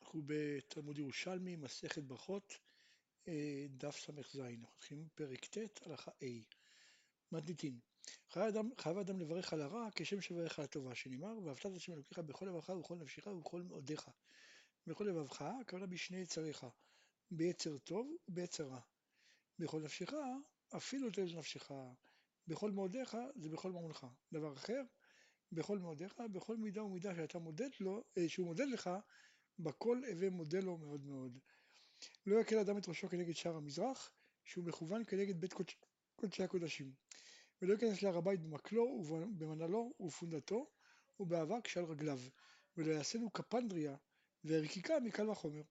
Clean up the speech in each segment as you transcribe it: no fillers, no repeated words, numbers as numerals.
אנחנו בתלמוד ירושלמי, מסכת ברכות, דף ס"ז, אנחנו מתחילים פרק ט', הלכה ה'. מתניתין. חייב אדם לברך על הרע כשם שברך על הטובה, שנאמר, ואהבת את השם אלוקיך בכל לבבך ובכל נפשך ובכל מאודיך. בכל לבבך, הכוונה בשני יצריך, ביצר טוב וביצר רע. בכל נפשך, אפילו תלד נפשך. בכל מאודיך, זה בכל ממונך. דבר אחר, בכל מאודיך, בכל מידה ומידה שאתה מודד לו, שהוא מודד לך, בכל הווה מודה לו מאוד מאוד. לא יקל אדם את ראשו כנגד שער המזרח, שהוא מכוון כנגד בית קודשי הקודשים. ולא ייכנס להר הבית במקלו ובמנעלו ובפונדתו ובאבק שעל רגליו, ולא יעשינו כפנדריה ורקיקה מקל וחומר.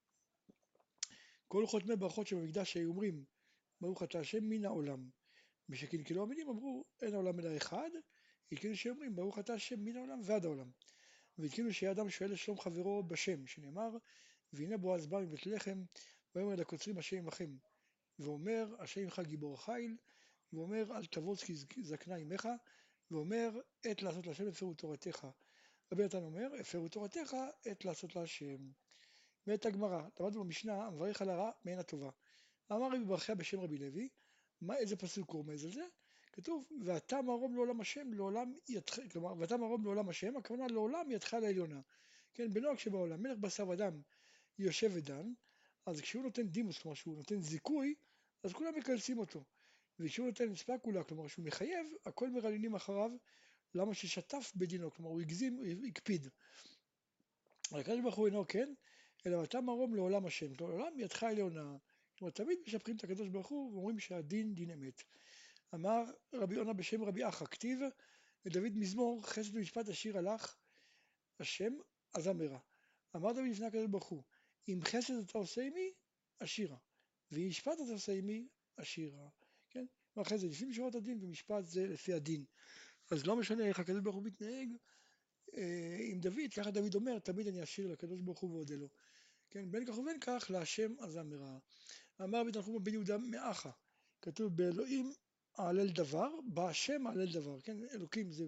כל חותמי ברכות שבמקדש היו אומרים, ברוך אתה השם מן העולם. ושקלקלו המינים אמרו, אין העולם אלא אחד, התקינו שאומרים, ברוך אתה השם מן העולם ועד העולם. והתקינו שיהיה אדם שואל לשלום חברו בשם, שנאמר, והנה בועז בא מבית לחם, ואומר לקוצרים השם עמכם, ואומר השם עמך גיבור החיל, ואומר אל תבוז כי זקנה עמך, ואומר עת לעשות להשם הפרו תורתך. רבי נתן אומר, הפרו תורתך עת לעשות להשם. ואת הגמרא, למדנו במשנה, המברך על הרע מעין הטובה. אמר רבי ברכיה בשם רבי לוי, איזה פסוק רומז על זה? כתוב, ואתה מרום לעולם השם, לעולם ידך, כלומר, ואתה מרום לעולם השם, הכוונה לעולם ידך לעליונה. כן, בנוהג שבעולם, מלך בשר ודם יושב ודן, אז כשהוא נותן דימוס, כלומר שהוא נותן זיכוי, אז כולם מקלסים אותו. וכשהוא נותן ספקולה, כלומר שהוא מחייב, הכל מרננים אחריו, למה ששטף בדינו, כלומר הוא הגזים, הוא הקפיד. הקדוש ברוך הוא אינו כן, אלא ואתה מרום לעולם השם, לעולם ידך עליונה. כלומר תמיד משבחים את הקדוש ברוך הוא ואומרים שהדין דין אמת. אמר רבי יונה בשם רבי אחא, כתיב לדוד מזמור חסד ומשפט אשיר הלך השם אזמרה. אמר דוד לפני הקדוש ברוך הוא, אם חסד אתה עושה עמי, אשירה, ואם משפט אתה עושה עמי, אשירה. כן? ואחרי זה לפי משורת הדין ומשפט זה לפי הדין. אז לא משנה איך הקדוש ברוך הוא מתנהג עם דוד, ככה דוד אומר, תמיד אני אשיר לקדוש ברוך הוא ואודה לו. כן? בין כך ובין כך להשם אזמרה. אמר רבי תנחומא בן יהודה מאחה, כתוב באלוהים אהלל דבר, בהשם אהלל דבר. כן? אלוקים זה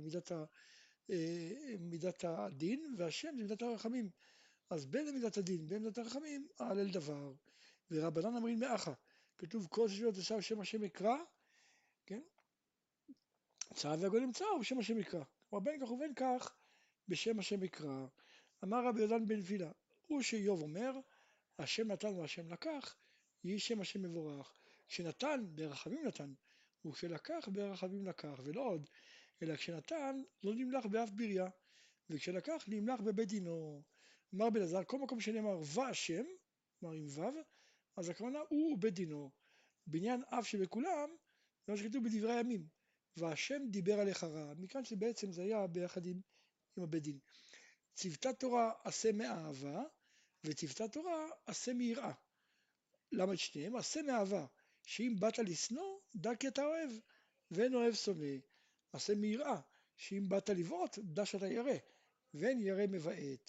מידת הדין, והשם זה מידת הרחמים. אז בין מידת הדין, בין מידת הרחמים, אהלל דבר. ורבנן אמרים מאחה, כתוב כל שטויות עשה בשם השם יקרא, כן? צער והגולם צער בשם השם יקרא. כלומר בין כך ובין כך, בשם השם יקרא. אמר רבי יהודן בן וילה, הוא שאיוב אומר, השם נתן והשם לקח, יהי שם השם מבורך. כשנתן, ברחמים נתן, וכשלקח, ברחמים לקח, ולא עוד, אלא כשנתן, לא נמלך באף בריה, וכשלקח, נמלך בבית דינו. אמר בן עזר, כל מקום שנאמר והשם, כלומר עם ו', אז הכוונה הוא ובית דינו. בעניין אף שבכולם, זה מה שכתוב בדברי הימים, והשם דיבר עליך רע, מכאן שבעצם זה היה ביחד עם הבית דין. צוותת תורה עשה מאהבה, וצוותת תורה עשה מיראה. למה את שניהם? עשה מאהבה, שאם באת לשנוא, דע כי אתה אוהב, ואין אוהב שונא. עשה מיראה, שאם באת לבעוט, דע שאתה ירא, ואין ירא מבעט.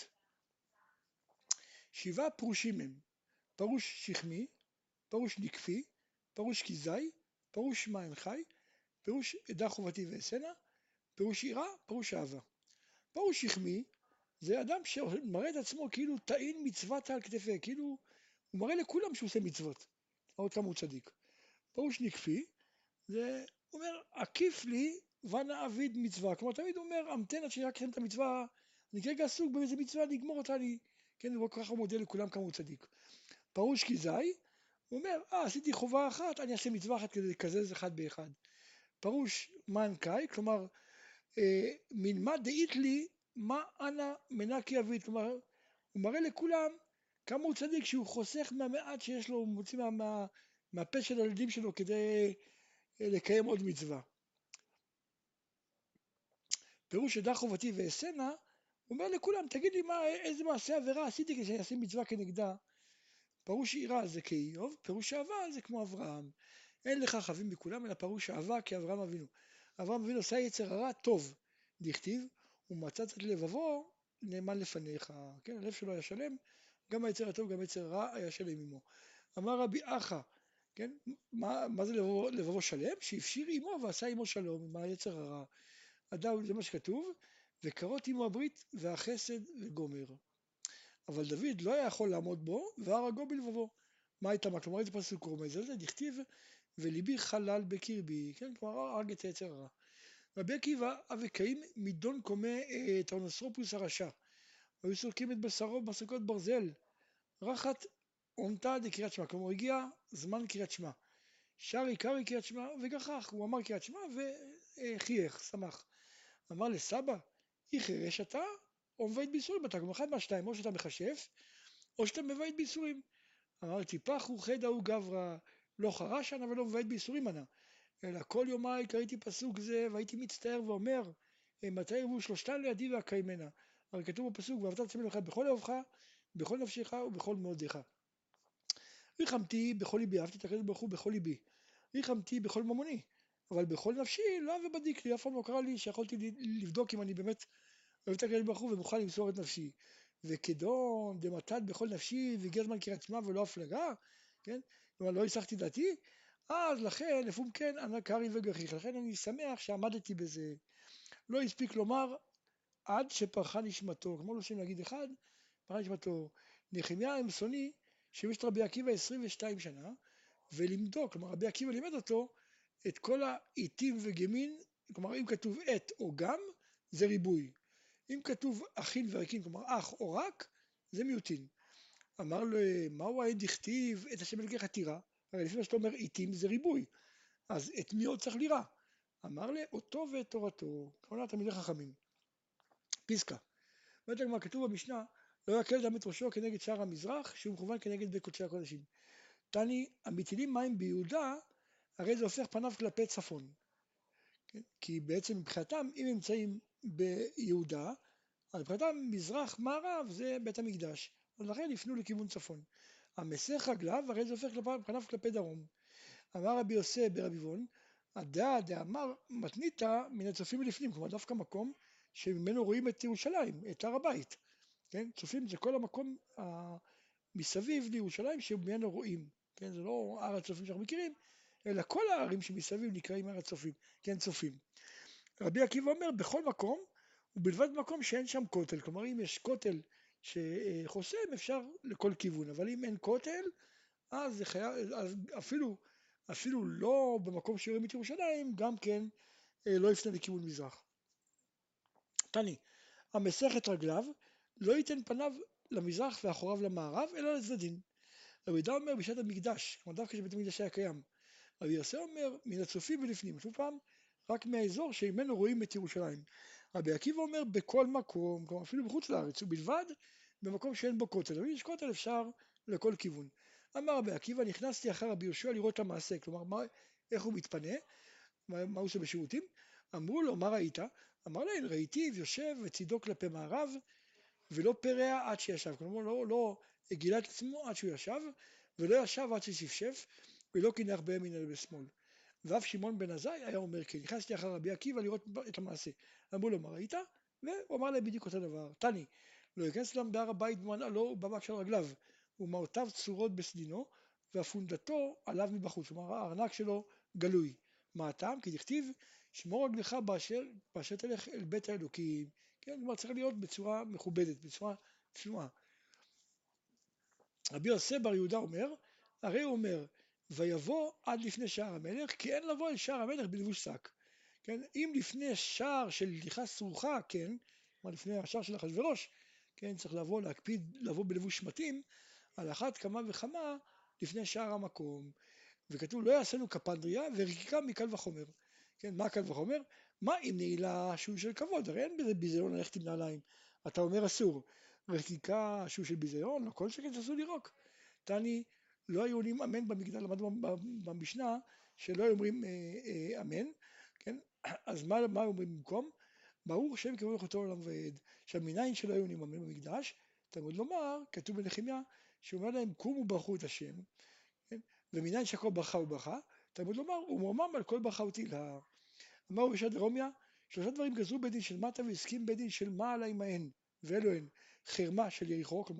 7 פרושים הם, פרוש שכמי, פרוש נקפי, פרוש כזי, פרוש מים חי, פירוש עדה חובתי ואסנה, פירוש יראה, פירוש אהבה. פרוש שכמי זה אדם שמראה את עצמו כאילו טעין מצוות על כתפי, כאילו הוא מראה לכולם שהוא עושה מצוות, עוד כמה הוא צדיק. פירוש נקפי זה אומר עקיף לי ואנה אביד מצווה, כלומר תמיד הוא אומר המתן עד שרק אסיים את המצווה, אני כרגע עסוק באיזה מצווה, אני אגמור אותה, כן, הוא ככה מודה לכולם כמה הוא צדיק. פירוש כזי, הוא אומר, עשיתי חובה אחת, אני אעשה מצווה אחת כדי לקזז אחד באחד. פירוש מנקאי, כלומר, מלמד דאית לי מה אנא מנקי אבית, כלומר, הוא מראה לכולם כמה הוא צדיק שהוא חוסך מהמעט שיש לו, הוא מוציא מהפה של הילדים שלו כדי לקיים עוד מצווה. פירוש עדה חובתי ואסנה, הוא אומר לכולם, תגיד לי איזה מעשה עבירה עשיתי כדי שאני אעשה מצווה כנגדה. פירוש יראה זה כאיוב, פירוש אהבה זה כמו אברהם. אין לך חבים מכולם, אלא פירוש אהבה כאברהם אבינו. אברהם אבינו עשה יצר הרע טוב, דכתיב, ומצאת את לבבו נאמן לפניך. כן, הלב שלו היה שלם, גם היצר הטוב, גם היצר הרע היה שלם עמו. אמר רבי אחא, כן, מה זה לבבו שלם? שהפשיר עמו ועשה עמו שלום, מה היצר הרע. אדם, זה מה שכתוב, וקרות עמו הברית והחסד וגומר. אבל דוד לא היה יכול לעמוד בו והרגו בלבבו. מה הייתה מה? כלומר איזה פסוק רומז על זה? דכתיב וליבי חלל בקרבי, כן? כלומר הרג את היצר הרע. רבי עקיבא אבקאים מדון קומה טרנוסרופוס הרשע, היו סורקים את בשרו במסרקות ברזל, רחת עונתא דקריאת שמע, כלומר הגיע זמן קריאת שמע, שרי קרי קריאת שמע וגחך, הוא אמר קריאת שמע וחייך, שמח. אמר לסבא, היא חירש אתה או מבית בייסורים אתה? כלומר אחד מהשתיים, או שאתה מכשף או שאתה מבית בייסורים. אמר טיפח הוא חדא הוא גברא, לא חרש אנא ולא מבית בייסורים אנא, אלא כל יומי קראתי פסוק זה והייתי מצטער ואומר מתי יבואו שלושתן לידי ואקיימנה. הרי כתוב בפסוק ואהבת את השם אלוהיך בכל לבבך בכל נפשך ובכל מאודיך. ריחמתי בכל ליבי, אהבתי את הקדוש ברוך הוא בכל ליבי, ריחמתי בכל ממוני, אבל בכל נפשי לא ובדיק לי, אף פעם לא קרה לי שיכולתי לבדוק אם אני באמת אוהב את הקדוש ברוך הוא ומוכן למסור את נפשי. וכדון דמתת בכל נפשי והגיע זמן קריאת שמע ולא הפלגה, כן? כלומר לא הסחתי דעתי, אז לכן לפום כן ענה קרי וגחיך, לכן אני שמח שעמדתי בזה. לא הספיק לומר עד שפרחה נשמתו, כמו לא שם להגיד אחד, פרחה נשמתו. נחמיה המסוני שימש את רבי עקיבא 22 שנה ולימדו, כלומר רבי עקיבא לימד אותו את כל העיתים וגמין, כלומר אם כתוב עת או גם זה ריבוי, אם כתוב אחין וריקין, כלומר אח או רק, זה מיעוטין. אמר לו, מהו העד דכתיב את השם אלוקיך תירא? הרי לפני שאתה אומר עיתים זה ריבוי, אז את מי עוד צריך לירא? אמר לי, אותו ואת תורתו, כלומר תלמידי חכמים. פסקה. באמת הגמרא כתוב במשנה, לא יקל אדם את ראשו כנגד שער המזרח, שהוא מכוון כנגד בית קודשי הקודשים. תני, המטילים מים ביהודה, הרי זה הופך פניו כלפי צפון. כן? כי בעצם מבחינתם, אם נמצאים ביהודה, אז מבחינתם מזרח מערב זה בית המקדש, אז לכן יפנו לכיוון צפון. המסך רגליו, הרי זה הופך פניו כלפי דרום. אמר רבי יוסי ברבי וון, הדעה דאמר מתניתא מן הצופים מלפנים, כלומר דווקא מקום שממנו רואים את ירושלים, את הר הבית. כן? צופים זה כל המקום מסביב לירושלים שממנו רואים. כן? זה לא הר הצופים שאנחנו מכירים, אלא כל הערים שמסביב נקראים הר הצופים, כן, צופים. רבי עקיבא אומר בכל מקום, ובלבד מקום שאין שם כותל, כלומר אם יש כותל שחוסם אפשר לכל כיוון, אבל אם אין כותל, אז אפילו לא במקום שרואים את ירושלים, גם כן לא יפנה לכיוון מזרח. תני, המסך את רגליו, לא ייתן פניו למזרח ואחוריו למערב, אלא לצדדים. רבי יהודה אומר בשעת המקדש, כלומר דווקא שבית המקדש היה קיים. רבי יוסי אומר מן הצופים ולפנים, שוב פעם, רק מהאזור שממנו רואים את ירושלים. רבי עקיבא אומר בכל מקום, כלומר אפילו בחוץ לארץ, ובלבד במקום שאין בו כותל. אבל יש כותל אפשר לכל כיוון. אמר רבי עקיבא, נכנסתי אחר רבי יהושע לראות את המעשה, כלומר איך הוא מתפנה, מה הוא עושה בשירותים. אמרו לו, מה ראית? אמר להם, ראיתיו יושב וצידו כלפי מערב, ולא פרע עד שישב, כלומר לא גילה את עצמו עד שהוא ישב, ולא ישב עד ששפשף, ולא קינח בימין אלא בשמאל. ואף שמעון בן עזאי היה אומר כן, נכנסתי אחר רבי עקיבא לראות את המעשה. אמרו לו, מה ראית? והוא אמר להם בדיוק אותו דבר. תני, לא ייכנס להם בהר הבית במנעלו ובמק של רגליו, ומעותיו צורות בסדינו, והפונדתו עליו מבחוץ, כלומר הארנק שלו גלוי. מה הטעם? כי דכתיב, שמור רגלך באשר תלך אל בית האלוקים. כן, כלומר צריך להיות בצורה מכובדת, בצורה צנועה. רבי יוסי בר יהודה אומר, הרי הוא אומר, ויבוא עד לפני שער המלך, כי אין לבוא אל שער המלך בלבוש שק. כן? אם לפני שער של הליכה סרוחה, כן, כלומר לפני השער של אחשוורוש, כן, צריך להקפיד לבוא בלבוש מתאים, על אחת כמה וכמה לפני שער המקום. וכתוב לא יעשינו כפנדריה ורקיקה מקל וחומר. כן, מה קל וחומר? מה עם נעילה שהוא של כבוד? הרי אין בזה ביזיון ללכת עם נעליים. אתה אומר אסור. רקיקה שהוא של ביזיון, לא כל שכן שאסור לירוק. תני, לא היו עונים אמן במגדל, למדנו במשנה שלא היו אומרים אמן, כן? אז מה אומרים במקום? ברוך שם כבוד אותו עולם ועד. עכשיו מניין שלא היו עונים אמן במקדש, תלמוד לומר, כתוב בנחמיה, שהוא אומר להם קומו ברכו את השם, כן? ומניין שהכל ברכה וברכה, תלמוד לומר, הוא מורמם על כל ברכה ותהילה. אמר רשת דרומיה, שלושה דברים גזרו בית דין של מטה והסכים בית דין של מעלה עמהן, ואלו הן חרמה של יריחו, כלומר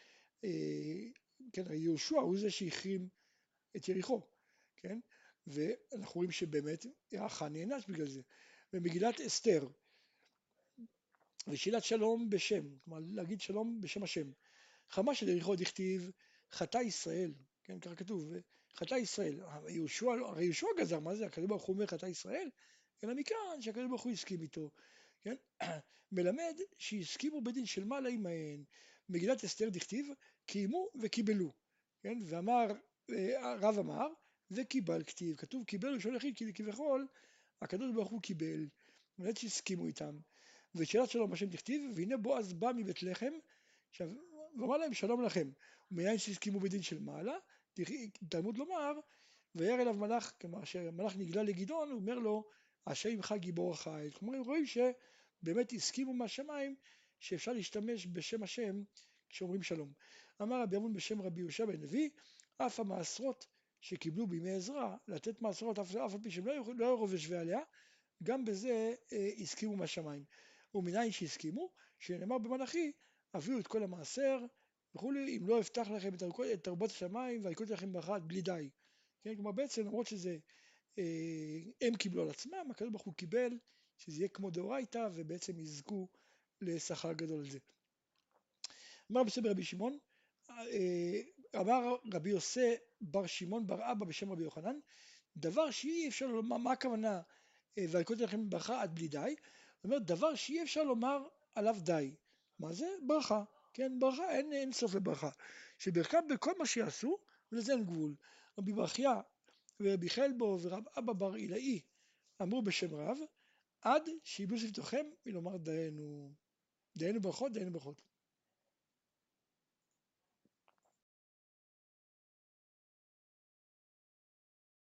כן, יהושע הוא זה שהחרים את יריחו, כן? ואנחנו רואים שבאמת האחן נענש בגלל זה. ומגילת אסתר, ושאלת שלום בשם, כלומר להגיד שלום בשם השם. חמה של יריחו דכתיב חטא ישראל, כן, ככה כתוב, חטא ישראל, הרי יהושע גזר, מה זה, הקדוש ברוך הוא אומר חטא ישראל, אלא מכאן שהקדוש ברוך הוא הסכים איתו, כן, מלמד שהסכימו בדין של מעלה עמהן, מגילת אסתר דכתיב, קיימו וקיבלו, כן, ואמר, הרב אמר, וקיבל כתיב, כתוב קיבל ראשון יחיד, כי כביכול, הקדוש ברוך הוא קיבל, מלמד שהסכימו איתם, ושאלת שלום השם תכתיב, והנה בועז בא מבית לחם, עכשיו, ואמר להם שלום לכם, ומניין שהסכימו בדין של מעלה, תלמוד לומר, וירא אליו מלאך, כלומר שהמלאך נגלה לגדעון, הוא אומר לו, השם עמך גיבור החיל, כלומר הם רואים שבאמת הסכימו מהשמיים, שאפשר להשתמש בשם השם כשאומרים שלום. אמר רבי אבון בשם רבי יהושע בן לוי, אף המעשרות שקיבלו בימי עזרא, לתת מעשרות אף על פי שהם לא היו רוב יושבי עליה, גם בזה הסכימו מהשמיים. ומניין שהסכימו, שנאמר במלאכי, הביאו את כל המעשר וכולי, אם לא אפתח לכם את תרבות השמיים ויקוט לכם ברכה בלי די. כן, כלומר בעצם למרות שזה הם קיבלו על עצמם, הקדוש ברוך הוא קיבל שזה יהיה כמו דאורייתא ובעצם יזכו לשכר גדול על זה. אמר רבי שמעון, אמר רבי יוסי בר שמעון בר אבא בשם רבי יוחנן, דבר שאי אפשר לומר, מה הכוונה ויקוט לכם ברכה עד בלי די? זאת אומרת דבר שאי אפשר לומר עליו די. מה זה? ברכה. כן, ברכה, אין סוף לברכה. שברכה בכל מה שיעשו, ולזה אין גבול. רבי ברכיה ורבי חלבו ורב אבא בר עילאי אמרו בשם רב, עד שיבלו שפתוכם מלומר דיינו. דיינו ברכות, דיינו ברכות.